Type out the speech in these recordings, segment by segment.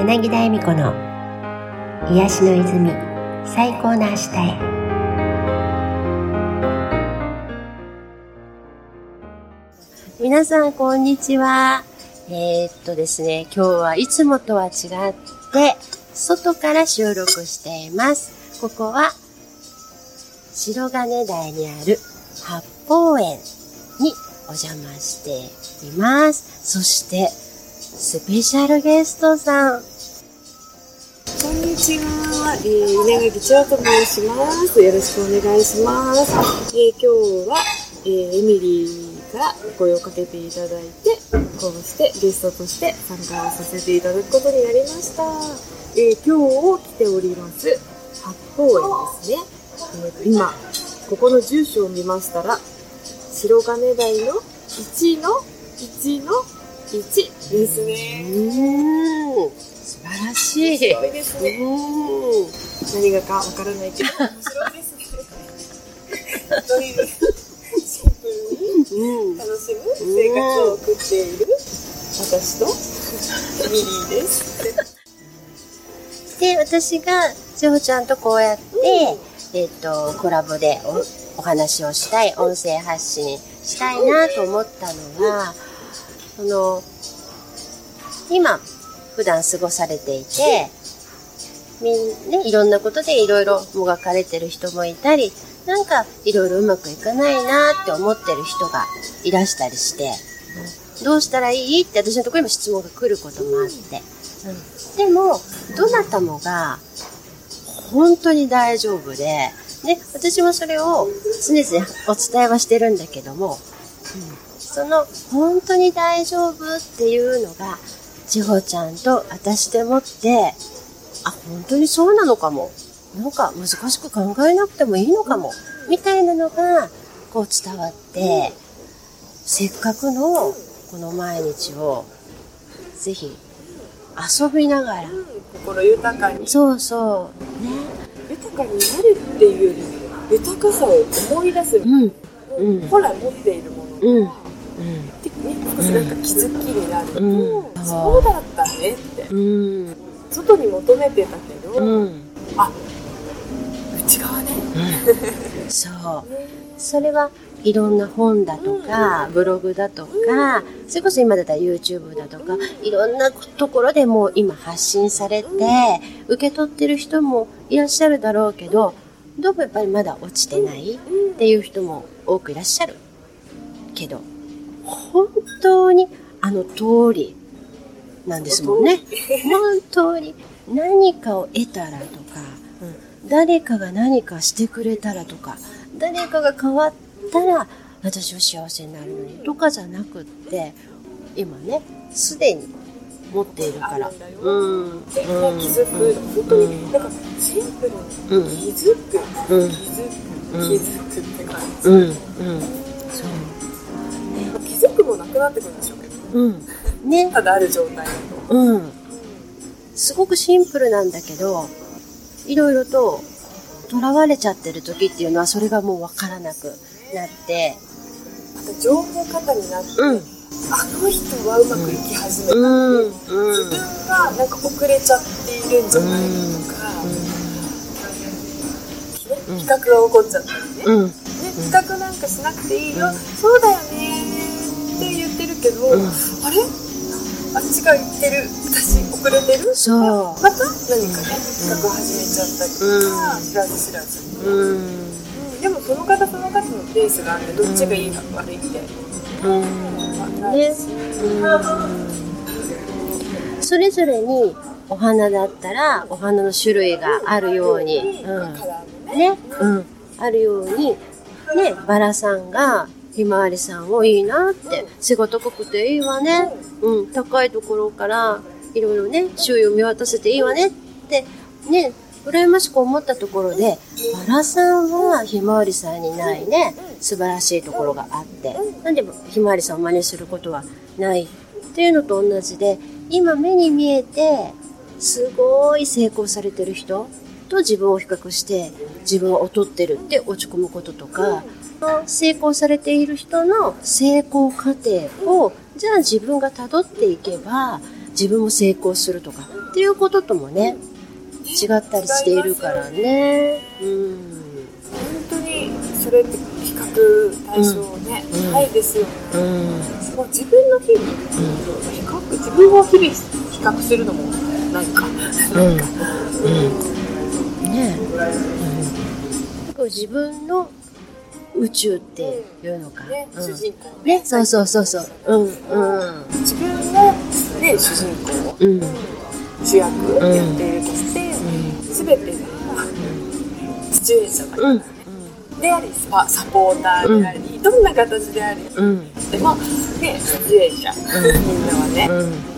柳田恵美子の癒しの泉、最高の明日へ。皆さんこんにちは。ですね、今日はいつもとは違って外から収録しています。ここは白金台にある八芳園にお邪魔しています。そしてスペシャルゲストさん。 こんにちは、稲垣千代と申します。よろしくお願いします。今日は、エミリーから声をかけていただいて、こうしてゲストとして参加させていただくことになりました。今日来ております八芳園ですね。今ここの住所を見ましたら、白金台の1の1の1ですね。 素晴らしい。 すごいですね。何がかわからないけど面白いですね。とにかくシンプルに楽しむ生活を送っている私とエミリーです。 で、私が千穂ちゃんとこうやってコラボでお話をしたい、音声発信したいなと思ったのは、今普段過ごされていて、いろんなことでいろいろもがかれてる人もいたり、なんかいろいろうまくいかないなって思ってる人がいらしたりして、どうしたらいいって私のところにも質問が来ることもあって、でもどなたもが本当に大丈夫で、私もそれを常々お伝えはしてるんだけども、その本当に大丈夫っていうのが千穂ちゃんと私でもって、本当にそうなのかも、なんか難しく考えなくてもいいのかも、みたいなのがこう伝わって、せっかくのこの毎日をぜひ遊びながら、 心豊かに、 そうそうね、 豊かになるっていうより豊かさを思い出す、本来持っているものが、少しなんか気づきになると、そうだったねって、外に求めてたけど、内側ね、 そう、それはいろんな本だとかブログだとか、それこそ今だったら YouTube だとか、いろんなところでもう今発信されて、受け取ってる人もいらっしゃるだろうけど、どうもやっぱりまだ落ちてないっていう人も多くいらっしゃるけど、本当にあの通りなんですもんね。本当に何かを得たらとか、誰かが何かしてくれたらとか、誰かが変わったら私は幸せになるのにとかじゃなくって、今ねすでに持っているから、 気づく、本当になんかシンプルに気づくって感じ。そう気づくもなくなってくるんでしょうけど、ただある状態だと、 すごくシンプルなんだけど、いろいろと囚われちゃってる時っていうのは、それがもう分からなくなって、 また情報過多になって、あの人はうまくいき始めたのに、自分がなんか遅れちゃっているんじゃないかとか、比較が起こっちゃったりね、比較なんかしなくていいよ、そうだよねって言ってるけど、あれあっちが言ってる、私遅れてる、 そうまた何かね比較始めちゃったりとか、知らず知らずに、でもその方その方のペースがあって、どっちがいい悪いみたいな、 それぞれにお花だったらお花の種類があるように、あるようにね、バラさんがひまわりさんをいいなって、背が高くていいわね、高いところからいろいろね周囲を見渡せていいわねってね、羨ましく思ったところで、バラさんはひまわりさんにないね素晴らしいところがあって、なんでひまわりさんを真似することはないっていうのと同じで、今目に見えてすごい成功されてる人と自分を比較して自分は劣ってるって落ち込むこととか、成功されている人の成功過程をじゃあ自分が辿っていけば自分も成功するとかっていうことともね違ったりしているからね。 本当にそれって比較対象ね、ないですよね。もう自分の日々、自分を日々比較するのもなんか、 自分の宇宙っていうのか、 主人公ね、そう、 自分がね主人公、主役やっているとして、全てが出演者だからね、でありサポーターであり、どんな形であり、でもね出演者、みんなはね、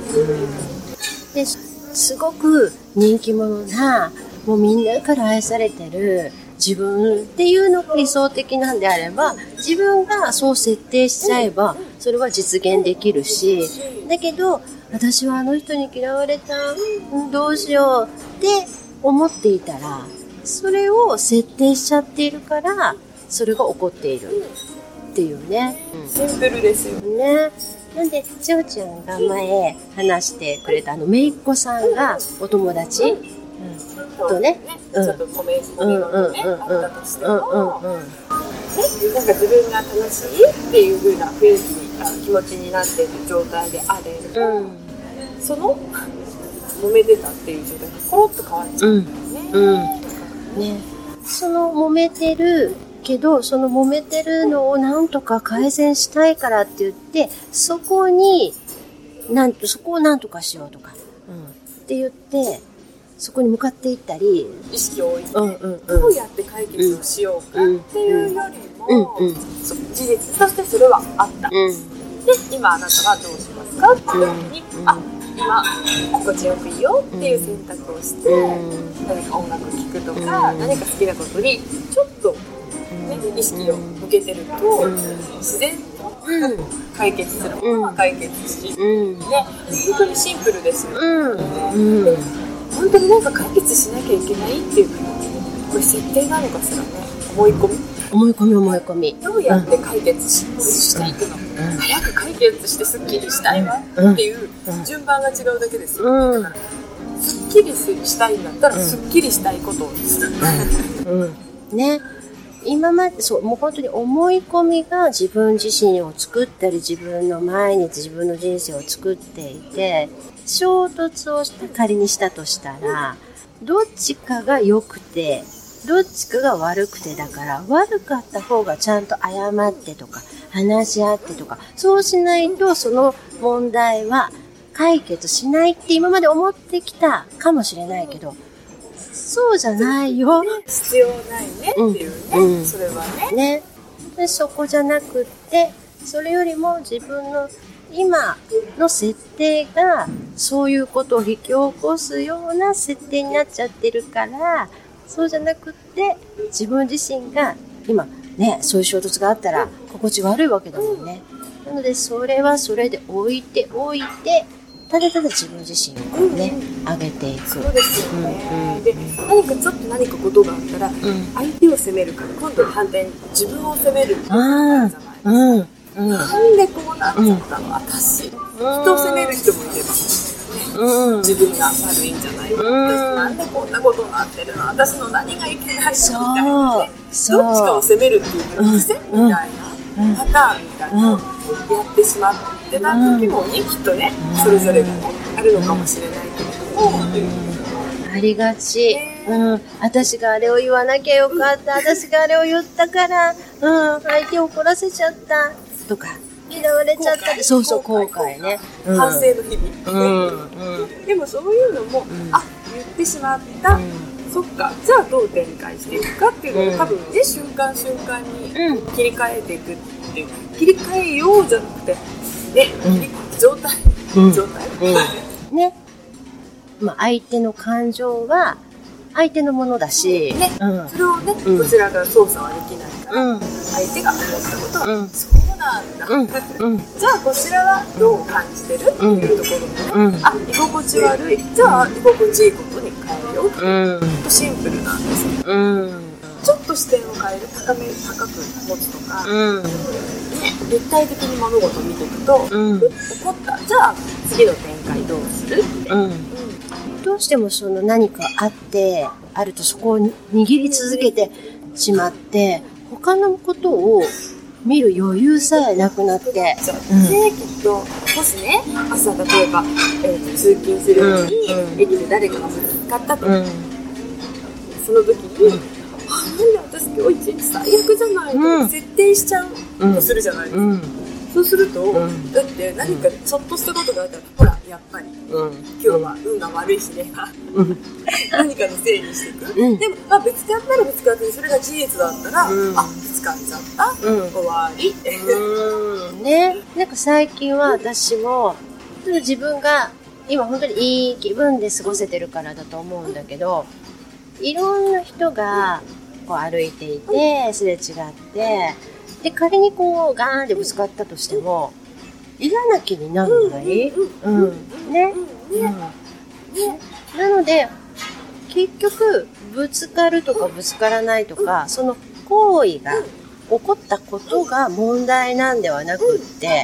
ですごく人気者な、もうみんなから愛されてる自分っていうのが理想的なんであれば、自分がそう設定しちゃえばそれは実現できるし、だけど私はあの人に嫌われた、どうしようって思っていたら、それを設定しちゃっているからそれが起こっているっていうね、 シンプルですよね。なんで千穂ちゃんが前話してくれためいっ子さんがお友達、とね、 ちょっとコメントがね、あったとしても、なんか自分が楽しいっていう風な雰囲気気持ちになっている状態であれば、その揉めてたっていう状態がコロッと変わっちゃうんだよね。 その揉めてるけど、その揉めてるのをなんとか改善したいからって言って、そこをなんとかしようとか、って言ってそこに向かっていったり、 意識を置いて、どうやって解決をしようかっていうよりも、事実としてそれはあった、で今あなたはどうしますかっていう時に、今心地よくいいよっていう選択をして、何か音楽を聴くとか、何か好きなことにちょっと、意識を向けてると、自然と解決するものは解決し、本当にシンプルですよ、本当になんか解決しなきゃいけないっていうか、これ設定なのかしらね。思い込み。どうやって解決していくの、早く解決してスッキリしたいわっていう順番が違うだけですよ、だからスッキリしたいんだったら、スッキリしたいことをする、 ね。今までもう本当に思い込みが自分自身を作ったり、自分の毎日自分の人生を作っていて、衝突を仮にしたとしたら、どっちかが良くてどっちかが悪くて、だから悪かった方がちゃんと謝ってとか話し合ってとか、そうしないとその問題は解決しないって今まで思ってきたかもしれないけど、そうじゃないよ、 必要ないねっていうね、それはね。 でそこじゃなくって、それよりも自分の今の設定がそういうことを引き起こすような設定になっちゃってるから、そうじゃなくって自分自身が今ね、そういう衝突があったら心地悪いわけだもんね。なのでそれはそれで置いてただただ自分自身をね、上げていく。 そうですよね、で何かことがあったら、相手を責めるから今度は反対に自分を責めるじゃないですか。なんでこうなっちゃったの、私。人を責める人もいれば、自分が悪いんじゃないの、なんでこんなことになってるの、私の何がいけないのみたいなね、どっちかを責めるっていう癖みたいな、パターンみたいなのをやってしまってた時もね、きっとね、それぞれがあるのかもしれないけれども、 ありがち。私があれを言わなきゃよかった。私があれを言ったから、相手を怒らせちゃった。とか、嫌われちゃった。そうそう、後悔ね。 反省の日々。でもそういうのも、言ってしまった。そっか、じゃあどう展開していくかっていうのを多分ね、瞬間瞬間に切り替えていくっていう。切り替えようじゃなくて、ね、状態ね。 相手の感情は相手のものだし、 それをね、こちらが操作はできないから、相手が思ったことは、そうなんだ、じゃあこちらはどう感じてるっていうところで、居心地悪い、じゃあ居心地いいことに変えようと、シンプルなんですよ、ちょっと視点を変える、高く持つとか、 立体的に物事を見ていくと、起こった。じゃあ次の展開どうする？ どうしてもその何かあるとそこを握り続けてしまって、他のことを見る余裕さえなくなって。 きっと、もしね、朝例えば、通勤するのに、駅で誰かがぶつかったと。その時に、なんで私今日一日最悪じゃないと設定しちゃうとするじゃないですか。そうすると、だって何かちょっとしたことがあったら、ほら、やっぱり、今日は運が悪いしね、何かのせいにしていく。でも、ぶつかったらぶつかって、それが事実だったら、ぶつかっちゃった、終わり。 ね、なんか最近は私も、自分が今本当にいい気分で過ごせてるからだと思うんだけど、いろんな人がこう歩いていて、すれ違って、で、仮にこう、ガーンってぶつかったとしても、嫌な気になるない？ね。なので、結局、ぶつかるとかぶつからないとか、その行為が、起こったことが問題なんではなくって、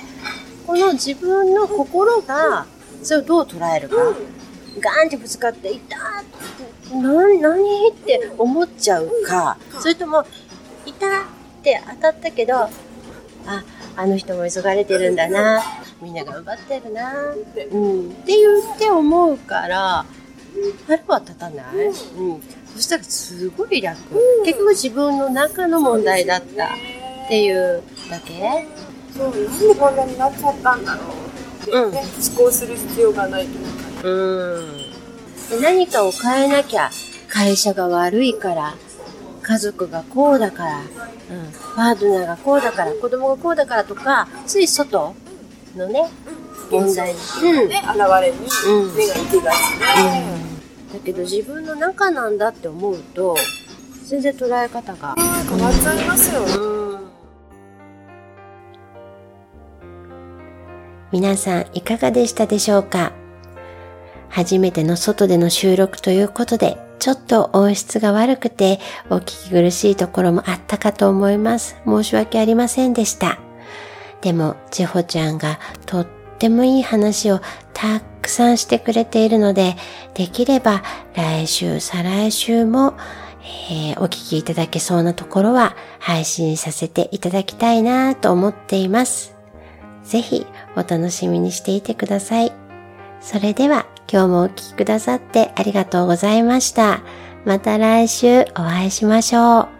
この自分の心が、それをどう捉えるか。ガーンってぶつかって、痛ー何って思っちゃうか、それとも、痛ーって当たったけど、あの人も急がれてるんだな、みんな頑張ってるな、って言って思うから、腹は立たない、そしたらすごい楽。結局自分の中の問題だったっていうだけ。 そう、なんでこんなになっちゃったんだろうって、思考する必要がないというか。 何かを変えなきゃ、会社が悪いから、家族がこうだから、パートナーがこうだから、子供がこうだからとか、つい外のね、問題に、 現れに目が行きがちだけど自分の中なんだって思うと、全然捉え方が変わっちゃいますよ。 皆さんいかがでしたでしょうか？初めての外での収録ということで、ちょっと音質が悪くてお聞き苦しいところもあったかと思います。申し訳ありませんでした。でも、千穂ちゃんがとってもいい話をたくさんしてくれているので、できれば来週、再来週も、お聞きいただけそうなところは配信させていただきたいなと思っています。ぜひお楽しみにしていてください。それでは今日もお聞きくださってありがとうございました。また来週お会いしましょう。